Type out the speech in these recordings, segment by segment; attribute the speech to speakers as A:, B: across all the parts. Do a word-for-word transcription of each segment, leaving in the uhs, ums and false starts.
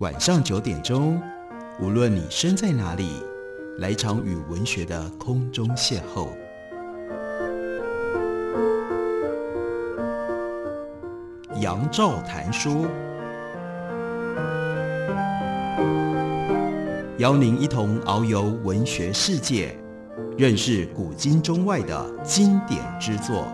A: 晚上九点钟，无论你身在哪里，来场与文学的空中邂逅。杨照谈书，邀您一同遨游文学世界，认识古今中外的经典之作。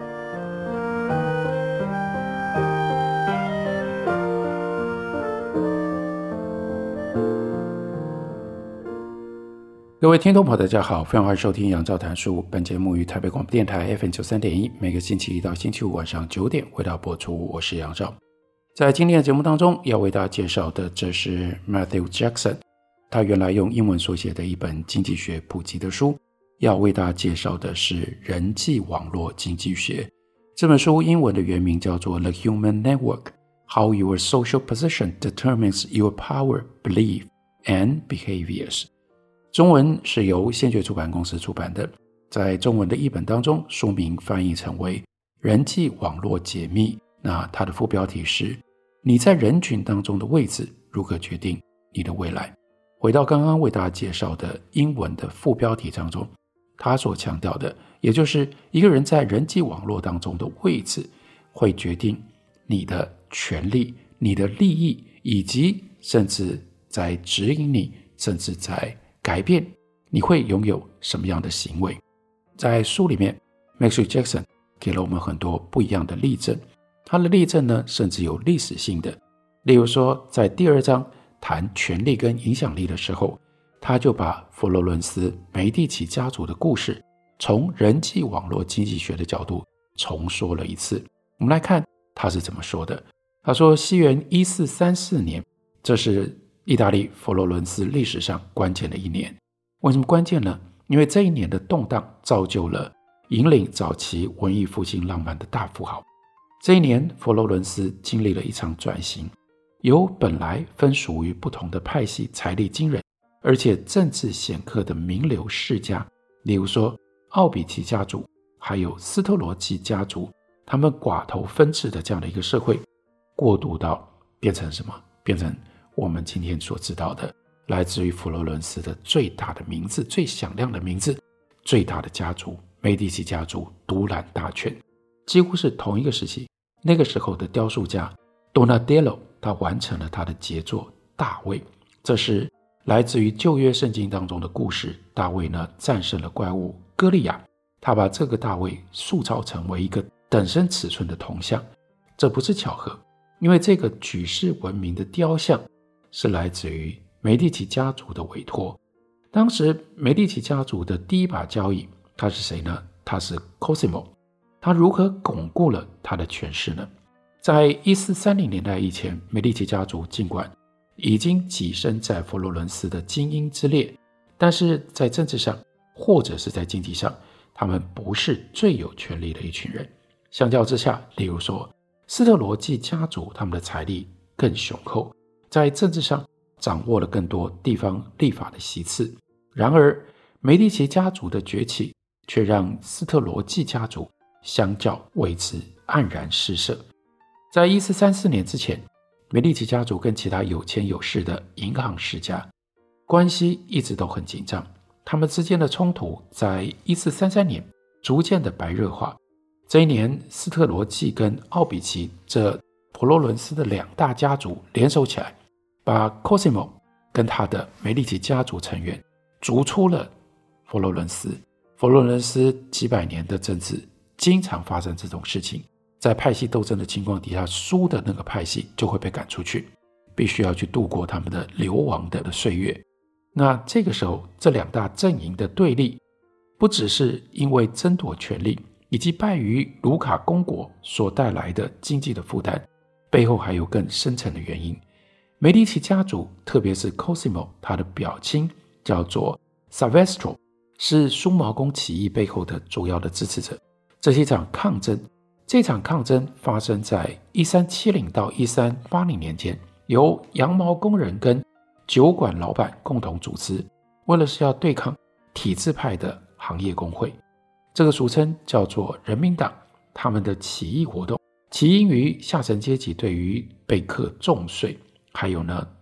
B: 各位听众朋友大家好，非常欢迎收听杨照谈书。本节目于台北广播电台 F M 九十三点一， 每个星期一到星期五晚上九点为大家播出。我是杨照。在今天的节目当中要为大家介绍的，这是 Matthew Jackson， 他原来用英文所写的一本经济学普及的书。要为大家介绍的是人际网络经济学。这本书英文的原名叫做 The Human Network: How Your Social Position Determines Your Power, Belief, and Behaviors。中文是由先觉出版公司出版的，在中文的译本当中，书名翻译成为人际网络解密。那它的副标题是你在人群当中的位置如何决定你的未来。回到刚刚为大家介绍的英文的副标题当中，他所强调的也就是一个人在人际网络当中的位置会决定你的权利、你的利益，以及甚至在指引你，甚至在改变你会拥有什么样的行为。在书里面 Matthew Jackson 给了我们很多不一样的例证，他的例证呢甚至有历史性的。例如说在第二章谈权力跟影响力的时候，他就把佛罗伦斯梅第奇家族的故事从人际网络经济学的角度重说了一次。我们来看他是怎么说的。他说西元一四三四年，这是意大利佛罗伦斯历史上关键的一年。为什么关键呢？因为这一年的动荡造就了引领早期文艺复兴浪漫的大富豪。这一年佛罗伦斯经历了一场转型，由本来分属于不同的派系，财力惊人而且政治显赫的名流世家，例如说奥比奇家族还有斯特罗季家族，他们寡头分治的这样的一个社会，过渡到变成什么？变成我们今天所知道的来自于佛罗伦斯的最大的名字，最响亮的名字，最大的家族梅第奇家族独揽大权。几乎是同一个时期，那个时候的雕塑家 Donatello 他完成了他的杰作大卫。这是来自于旧约圣经当中的故事。大卫呢战胜了怪物歌利亚，他把这个大卫塑造成为一个等身尺寸的铜像。这不是巧合，因为这个举世闻名的雕像是来自于梅第奇家族的委托。当时梅第奇家族的第一把交椅，他是谁呢？他是 Cosimo。 他如何巩固了他的权势呢？在一四三零年代以前，梅第奇家族尽管已经跻身在佛罗伦斯的精英之列，但是在政治上或者是在经济上，他们不是最有权力的一群人。相较之下，例如说斯特罗季家族，他们的财力更雄厚，在政治上掌握了更多地方立法的席次。然而梅第奇家族的崛起却让斯特罗季家族相较为之黯然失色。在一四三四年之前，梅第奇家族跟其他有钱有势的银行世家关系一直都很紧张，他们之间的冲突在一四三三年逐渐的白热化。这一年斯特罗季跟奥比奇这佛罗伦斯的两大家族联手起来，把 Cosimo 跟他的梅第奇家族成员逐出了佛罗伦斯。佛罗伦斯几百年的政治经常发生这种事情，在派系斗争的情况底下，输的那个派系就会被赶出去，必须要去度过他们的流亡的岁月。那这个时候这两大阵营的对立，不只是因为争夺权力以及败于卢卡公国所带来的经济的负担，背后还有更深层的原因。梅第奇家族，特别是 Cosimo 他的表亲叫做 Salvestro， 是舒毛公起义背后的主要的支持者。这是一场抗争，这场抗争发生在一三七零到一三八零年间，由羊毛工人跟酒馆老板共同组织，为了是要对抗体制派的行业工会。这个俗称叫做人民党。他们的起义活动起因于下层阶级对于被课重税，还有呢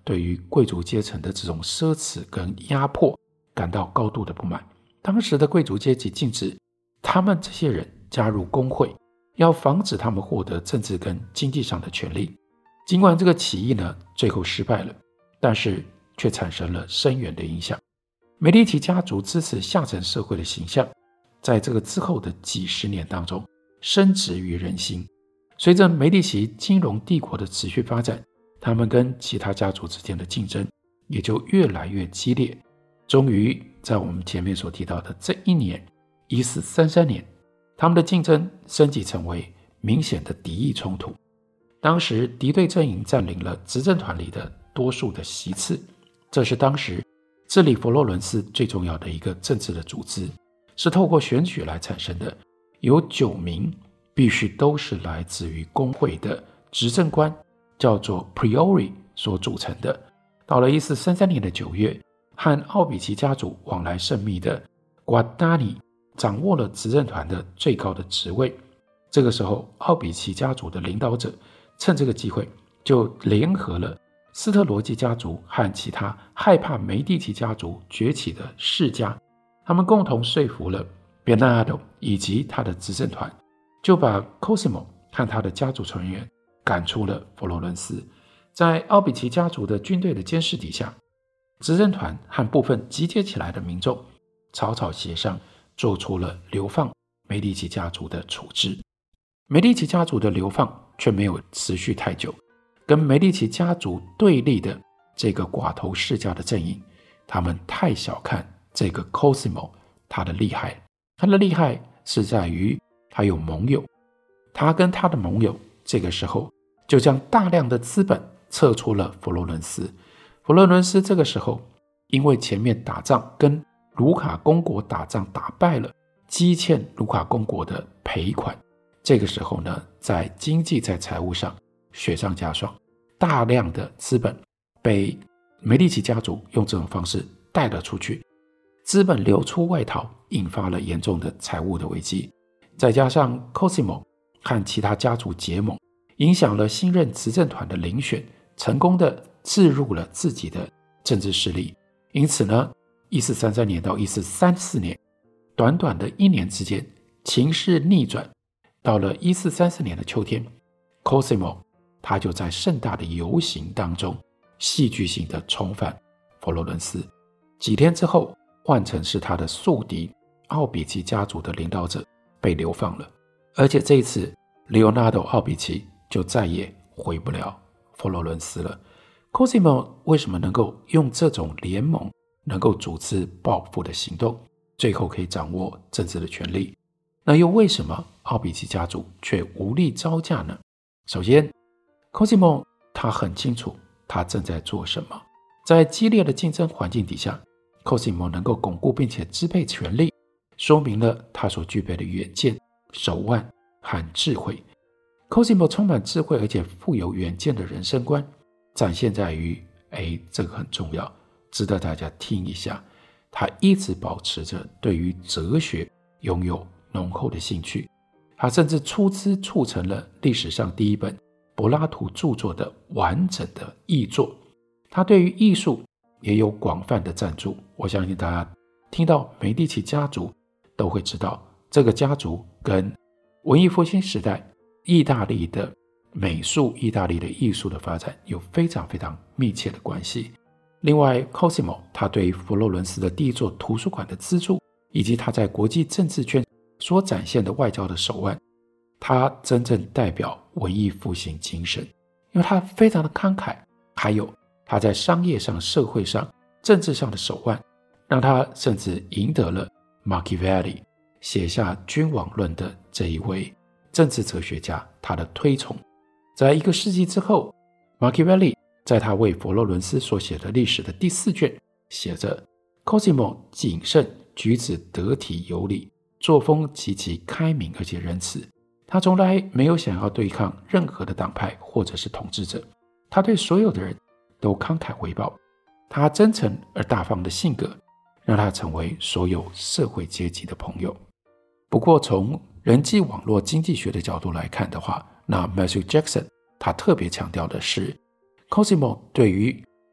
B: 对于贵族阶层的这种奢侈跟压迫感到高度的不满。当时的贵族阶级禁止他们这些人加入工会，要防止他们获得政治跟经济上的权利。尽管这个起义呢最后失败了，但是却产生了深远的影响。梅第奇家族支持下层社会的形象，在这个之后的几十年当中深植于人心。随着梅第奇金融帝国的持续发展，他们跟其他家族之间的竞争也就越来越激烈。终于在我们前面所提到的这一年一四三三年，他们的竞争升级成为明显的敌意冲突。当时敌对阵营占领了执政团里的多数的席次，这是当时治理佛罗伦斯最重要的一个政治的组织，是透过选举来产生的，有九名必须都是来自于工会的执政官，叫做 Priori 所组成的。到了一四三三年的九月，和奥比奇家族往来甚密的瓜达尼掌握了执政团的最高的职位。这个时候，奥比奇家族的领导者趁这个机会就联合了斯特罗基家族和其他害怕梅第奇家族崛起的世家，他们共同说服了 Bernardo 以及他的执政团，就把 Cosimo 和他的家族成员赶出了佛罗伦斯。在奥比奇家族的军队的监视底下，执政团和部分集结起来的民众草草协商，做出了流放梅第奇家族的处置。梅第奇家族的流放却没有持续太久，跟梅第奇家族对立的这个寡头世家的阵营，他们太小看这个 Cosimo 他的厉害。他的厉害是在于他有盟友，他跟他的盟友这个时候就将大量的资本撤出了佛罗伦斯。佛罗伦斯这个时候因为前面打仗跟卢卡公国打仗打败了，积欠卢卡公国的赔款，这个时候呢，在经济在财务上雪上加霜，大量的资本被梅第奇家族用这种方式带了出去，资本流出外逃，引发了严重的财务的危机。再加上 Cosimo 和其他家族结盟，影响了新任执政团的遴选，成功的置入了自己的政治势力。因此呢，一四三三年到一四三四年，短短的一年之间，情势逆转。到了一四三四年的秋天， Cosimo 他就在盛大的游行当中戏剧性的重返佛罗伦斯。几天之后，换成是他的宿敌奥比奇家族的领导者被流放了，而且这一次 Leonardo 奥比奇就再也回不了佛罗伦斯了。 Cosimo 为什么能够用这种联盟能够组织报复的行动，最后可以掌握政治的权力？那又为什么奥比奇家族却无力招架呢？首先 Cosimo 他很清楚他正在做什么。在激烈的竞争环境底下， Cosimo 能够巩固并且支配权力，说明了他所具备的远见、手腕和智慧。 Cosimo 充满智慧而且富有远见的人生观展现在于，哎，这个很重要，值得大家听一下。他一直保持着对于哲学拥有浓厚的兴趣，他甚至出资促成了历史上第一本柏拉图著作的完整的译作。他对于艺术也有广泛的赞助。我相信大家听到梅第奇家族都会知道，这个家族跟文艺复兴时代意大利的美术、意大利的艺术的发展有非常非常密切的关系。另外 Cosimo 他对佛罗伦斯的第一座图书馆的资助，以及他在国际政治圈所展现的外交的手腕，他真正代表文艺复兴精神，因为他非常的慷慨，还有他在商业上、社会上、政治上的手腕，让他甚至赢得了 Machiavelli 写下君王论的这一位政治哲学家他的推崇。在一个世纪之后， Machiavelli 在他为佛罗伦斯所写的历史的第四卷写着， Cosimo 谨慎，举止得体有礼，作风极其开明而且仁慈。他从来没有想要对抗任何的党派或者是统治者，他对所有的人都慷慨回报。他真诚而大方的性格让他成为所有社会阶级的朋友。不过从人际网络经济学的角度来看的话，那 Matthew Jackson 他特别强调的是 Cosimo 对于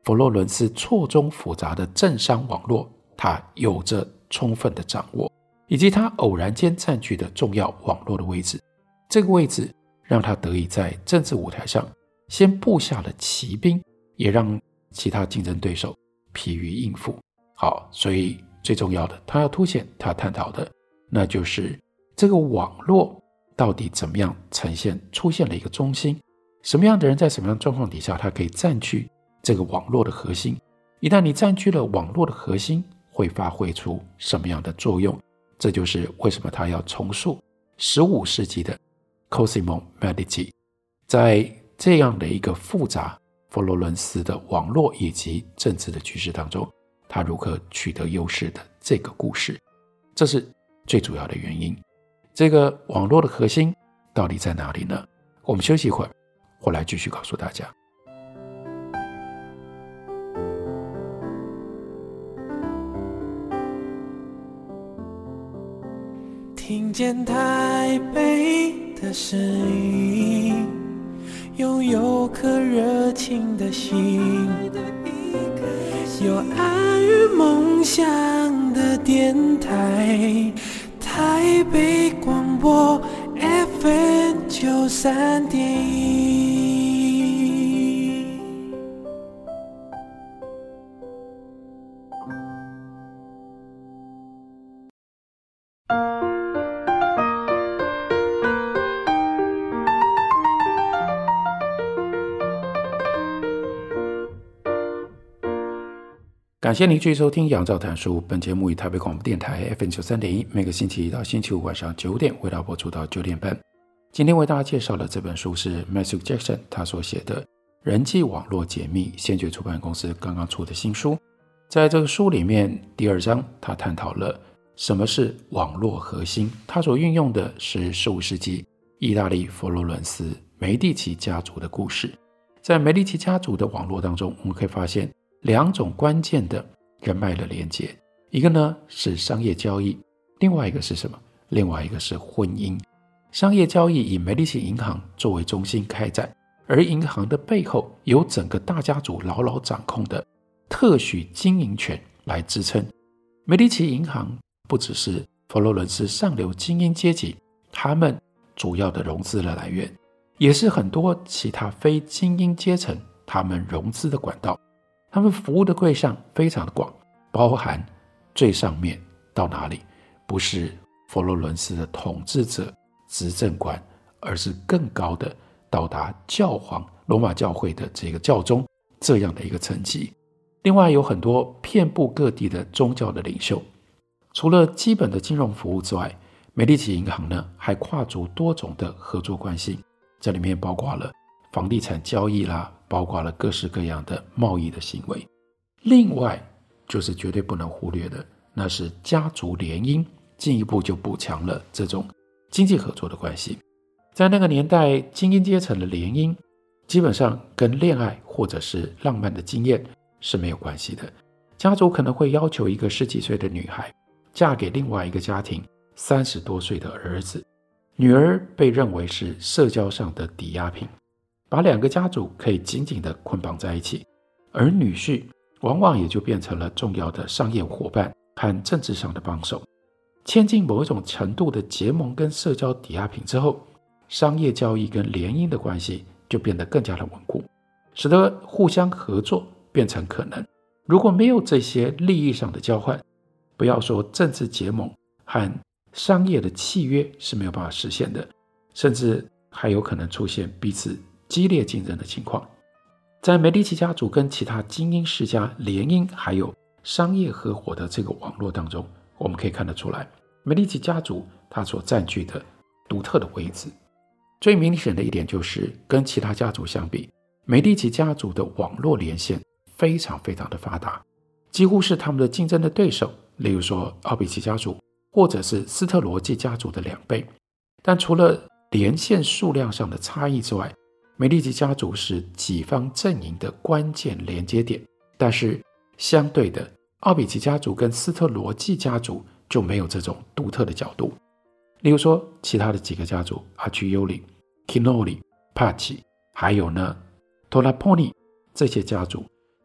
B: 佛罗伦斯错综复杂的政商网络，他有着充分的掌握，以及他偶然间占据的重要网络的位置。这个位置让他得以在政治舞台上先布下了骑兵，也让其他竞争对手疲于应付。好，所以最重要的，他要凸显他探讨的，那就是这个网络到底怎么样呈现出现了一个中心，什么样的人在什么样的状况底下，他可以占据这个网络的核心。一旦你占据了网络的核心，会发挥出什么样的作用？这就是为什么他要重塑十五世纪的 Cosimo Medici 在这样的一个复杂佛罗伦斯的网络以及政治的局势当中，他如何取得优势的这个故事。这是最主要的原因。这个网络的核心到底在哪里呢？我们休息一会儿，回来继续告诉大家。
C: 听见台北的声音，拥有颗热情的心，有爱与梦想的电台，台北广播 F M 九三点一。
B: 感谢您继续收听杨照谈书，本节目以台北广播电台 F M 九三点一，每个星期一到星期五晚上九点为大家播出到九点半。今天为大家介绍的这本书是 Matthew Jackson 他所写的《人际网络解密》，先觉出版公司刚刚出的新书。在这个书里面，第二章他探讨了什么是网络核心，他所运用的是十五世纪意大利佛罗伦斯梅第奇家族的故事。在梅第奇家族的网络当中，我们可以发现两种关键的人脉的连接，一个呢是商业交易，另外一个是什么？另外一个是婚姻。商业交易以梅第奇银行作为中心开展，而银行的背后有整个大家族牢牢掌控的特许经营权来支撑。梅第奇银行不只是佛罗伦斯上流精英阶级他们主要的融资的来源，也是很多其他非精英阶层他们融资的管道。他们服务的对象非常的广，包含最上面到哪里，不是佛罗伦斯的统治者执政官，而是更高的到达教皇罗马教会的这个教宗这样的一个层级。另外有很多遍布各地的宗教的领袖。除了基本的金融服务之外，梅第奇银行呢还跨足多种的合作关系，这里面包括了房地产交易啦，包括了各式各样的贸易的行为。另外就是绝对不能忽略的，那是家族联姻，进一步就补强了这种经济合作的关系。在那个年代，精英阶层的联姻基本上跟恋爱或者是浪漫的经验是没有关系的。家族可能会要求一个十几岁的女孩嫁给另外一个家庭三十多岁的儿子，女儿被认为是社交上的抵押品，把两个家族可以紧紧地捆绑在一起，而女婿往往也就变成了重要的商业伙伴和政治上的帮手。签进某一种程度的结盟跟社交抵押品之后，商业交易跟联姻的关系就变得更加的稳固，使得互相合作变成可能。如果没有这些利益上的交换，不要说政治结盟和商业的契约是没有办法实现的，甚至还有可能出现彼此激烈竞争的情况。在梅第奇家族跟其他精英世家联姻还有商业合伙的这个网络当中，我们可以看得出来梅第奇家族它所占据的独特的位置。最明显的一点就是跟其他家族相比，梅第奇家族的网络连线非常非常的发达，几乎是他们的竞争的对手，例如说奥比奇家族或者是斯特罗季家族的两倍。但除了连线数量上的差异之外，梅第奇家族是己方阵营的关键连接点，但是相对的，奥比奇家族跟斯特罗季家族就没有这种独特的角度。例如说其他的几个家族 Acciaioli、Quinoli、Pacci 还有呢 Tolaponi 这些家族，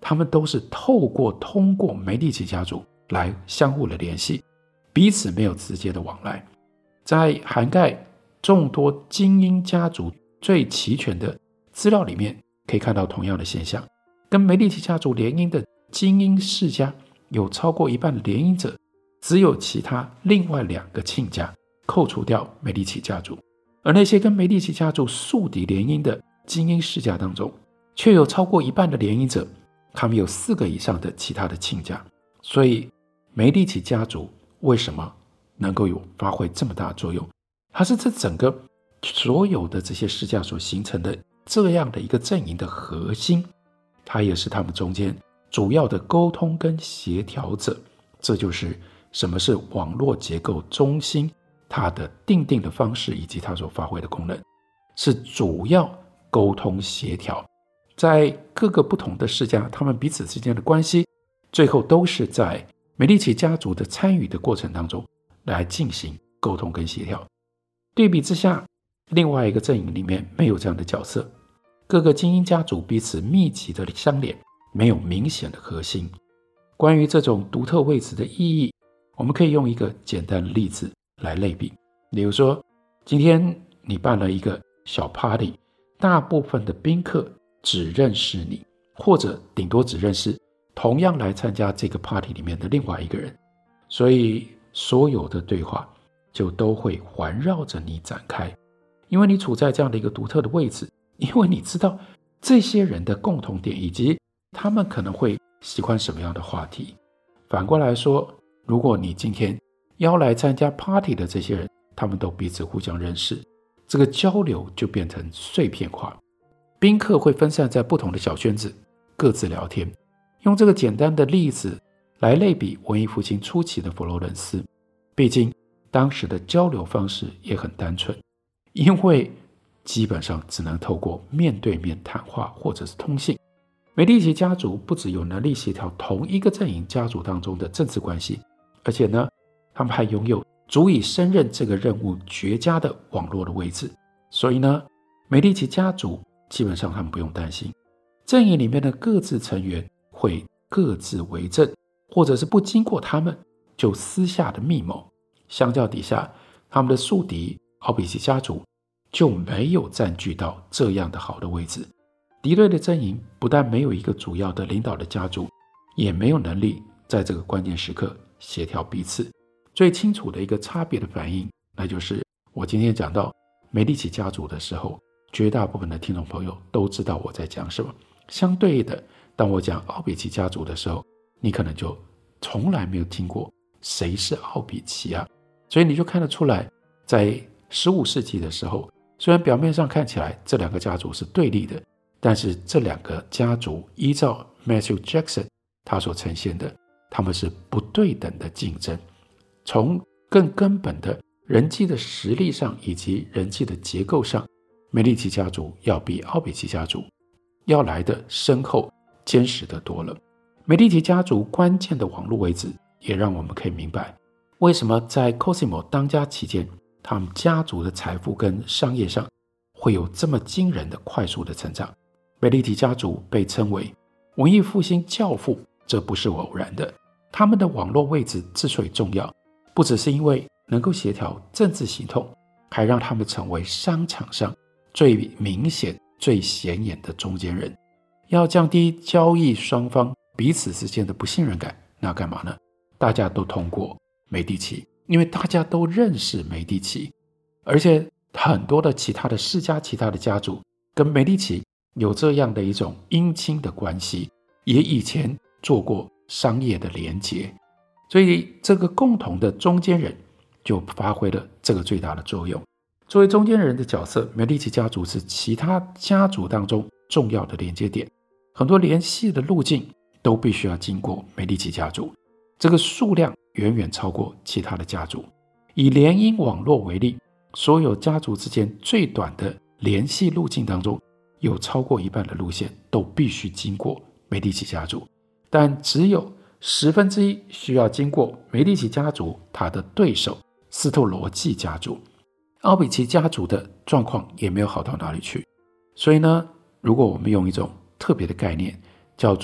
B: 他们都是透过通过梅第奇家族来相互的联系，彼此没有直接的往来。在涵盖众多精英家族最齐全的资料里面，可以看到同样的现象，跟梅第奇家族联姻的精英世家有超过一半的联姻者，只有其他另外两个亲家，扣除掉梅第奇家族。而那些跟梅第奇家族宿敌联姻的精英世家当中，却有超过一半的联姻者，他们有四个以上的其他的亲家。所以梅第奇家族为什么能够有发挥这么大的作用？它是这整个所有的这些世家所形成的这样的一个阵营的核心，它也是他们中间主要的沟通跟协调者。这就是什么是网络结构中心它的定定的方式，以及它所发挥的功能，是主要沟通协调。在各个不同的世家，他们彼此之间的关系，最后都是在梅第奇家族的参与的过程当中来进行沟通跟协调。对比之下，另外一个阵营里面没有这样的角色，各个精英家族彼此密集的相连，没有明显的核心。关于这种独特位置的意义，我们可以用一个简单的例子来类比。比如说，今天你办了一个小 party， 大部分的宾客只认识你，或者顶多只认识同样来参加这个 party 里面的另外一个人，所以所有的对话就都会环绕着你展开。因为你处在这样的一个独特的位置，因为你知道这些人的共同点，以及他们可能会喜欢什么样的话题。反过来说，如果你今天邀来参加 party 的这些人，他们都彼此互相认识，这个交流就变成碎片化。宾客会分散在不同的小圈子，各自聊天。用这个简单的例子来类比文艺复兴初期的佛罗伦斯，毕竟当时的交流方式也很单纯，因为基本上只能透过面对面谈话或者是通信。梅第奇家族不只有能力协调同一个阵营家族当中的政治关系，而且呢，他们还拥有足以胜任这个任务绝佳的网络的位置。所以呢，梅第奇家族基本上他们不用担心阵营里面的各自成员会各自为政，或者是不经过他们就私下的密谋。相较底下，他们的宿敌奥比奇家族就没有占据到这样的好的位置。敌对的阵营不但没有一个主要的领导的家族，也没有能力在这个关键时刻协调彼此。最清楚的一个差别的反应，那就是我今天讲到梅第奇家族的时候，绝大部分的听众朋友都知道我在讲什么。相对的，当我讲奥比奇家族的时候，你可能就从来没有听过谁是奥比奇啊。所以你就看得出来，在十五世纪的时候，虽然表面上看起来这两个家族是对立的，但是这两个家族依照 Matthew Jackson 他所呈现的，他们是不对等的竞争。从更根本的人际的实力上以及人际的结构上，梅第奇家族要比奥比奇家族要来的深厚坚实得多了。梅第奇家族关键的网络位置也让我们可以明白，为什么在 Cosimo 当家期间，他们家族的财富跟商业上会有这么惊人的快速的成长。梅第奇家族被称为文艺复兴教父，这不是偶然的。他们的网络位置之所以重要，不只是因为能够协调政治行动，还让他们成为商场上最明显最显眼的中间人。要降低交易双方彼此之间的不信任感，那干嘛呢？大家都通过梅第奇，因为大家都认识梅第奇，而且很多的其他的世家其他的家族跟梅第奇有这样的一种姻亲的关系，也以前做过商业的连结，所以这个共同的中间人就发挥了这个最大的作用。作为中间人的角色，梅第奇家族是其他家族当中重要的连接点，很多联系的路径都必须要经过梅第奇家族，这个数量远远超过其他的家族。以联姻网络为例，所有家族之间最短的联系路径当中，有超过一半的路线都必须经过梅第奇家族，但只有十分之一需要经过梅第奇家族他的对手斯特罗季家族。奥比奇家族的状况也没有好到哪里去，所以呢，如果我们用一种特别的概念叫做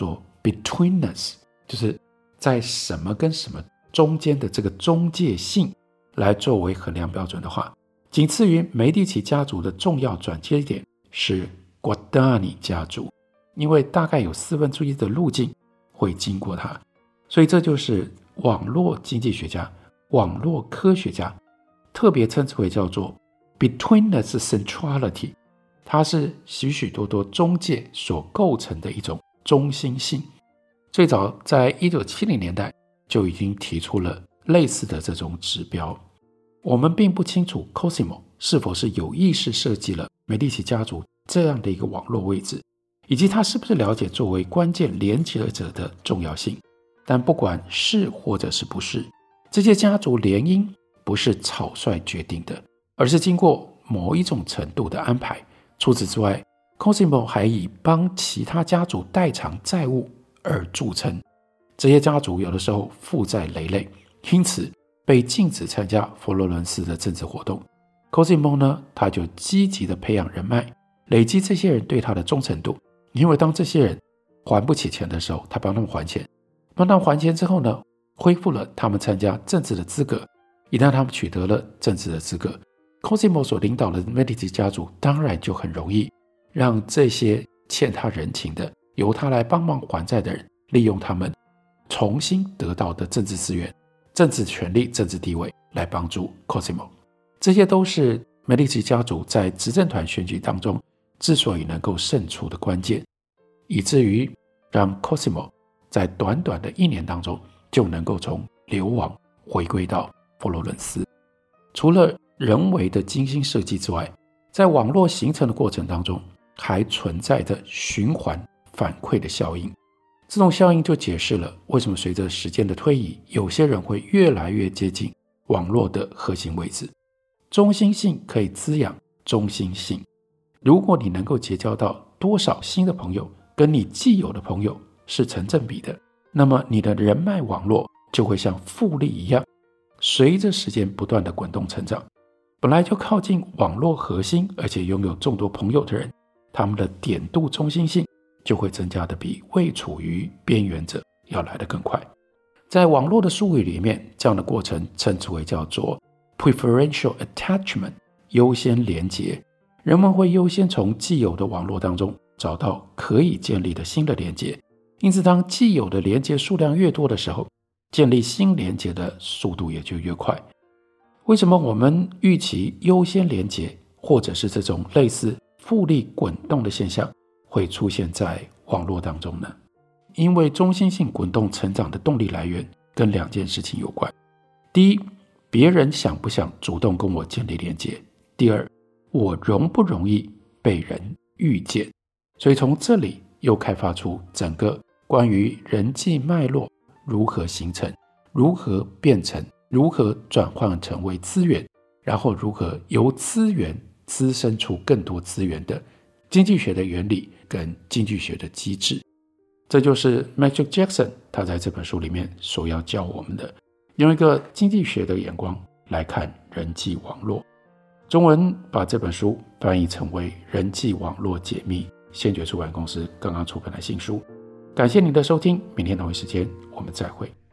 B: betweenness， 就是在什么跟什么中间的这个中介性来作为衡量标准的话，仅次于梅第奇家族的重要转接点是 Guadagni 家族，因为大概有四分之一的路径会经过它，所以这就是网络经济学家、网络科学家特别称之为叫做 betweenness centrality， 它是许许多多中介所构成的一种中心性。最早在一九七零年代就已经提出了类似的这种指标。我们并不清楚 Cosimo 是否是有意识设计了梅第奇家族这样的一个网络位置，以及他是不是了解作为关键连接者的重要性。但不管是或者是不是，这些家族联姻不是草率决定的，而是经过某一种程度的安排。除此之外， Cosimo 还以帮其他家族代偿债务而著称。这些家族有的时候负债累累，因此被禁止参加佛罗伦斯的政治活动。 Cosimo 呢，他就积极的培养人脉，累积这些人对他的忠诚度。因为当这些人还不起钱的时候，他帮他们还钱，帮他们还钱之后呢，恢复了他们参加政治的资格。一旦他们取得了政治的资格， Cosimo 所领导的梅第奇家族当然就很容易让这些欠他人情的、由他来帮忙还债的人，利用他们重新得到的政治资源、政治权力、政治地位来帮助 Cosimo。 这些都是梅第奇家族在执政团选举当中之所以能够胜出的关键，以至于让 Cosimo 在短短的一年当中就能够从流亡回归到佛罗伦斯。除了人为的精心设计之外，在网络形成的过程当中还存在着循环反馈的效应。这种效应就解释了为什么随着时间的推移，有些人会越来越接近网络的核心位置。中心性可以滋养中心性，如果你能够结交到多少新的朋友，跟你既有的朋友是成正比的，那么你的人脉网络就会像复利一样，随着时间不断的滚动成长。本来就靠近网络核心而且拥有众多朋友的人，他们的点度中心性就会增加的比未处于边缘者要来得更快。在网络的术语里面，这样的过程称之为叫做 preferential attachment， 优先连结。人们会优先从既有的网络当中找到可以建立的新的连结，因此当既有的连结数量越多的时候，建立新连结的速度也就越快。为什么我们预期优先连结或者是这种类似复利滚动的现象会出现在网络当中呢？因为中心性滚动成长的动力来源跟两件事情有关。第一，别人想不想主动跟我建立连结；第二，我容不容易被人遇见。所以从这里又开发出整个关于人际脉络如何形成、如何变成、如何转换成为资源，然后如何由资源滋生出更多资源的经济学的原理跟经济学的机制。这就是 Magic Jackson 他在这本书里面所要教我们的，用一个经济学的眼光来看人际网络。中文把这本书翻译成为人际网络解密，先觉出版公司刚刚出版的新书。感谢您的收听，明天同一时间我们再会。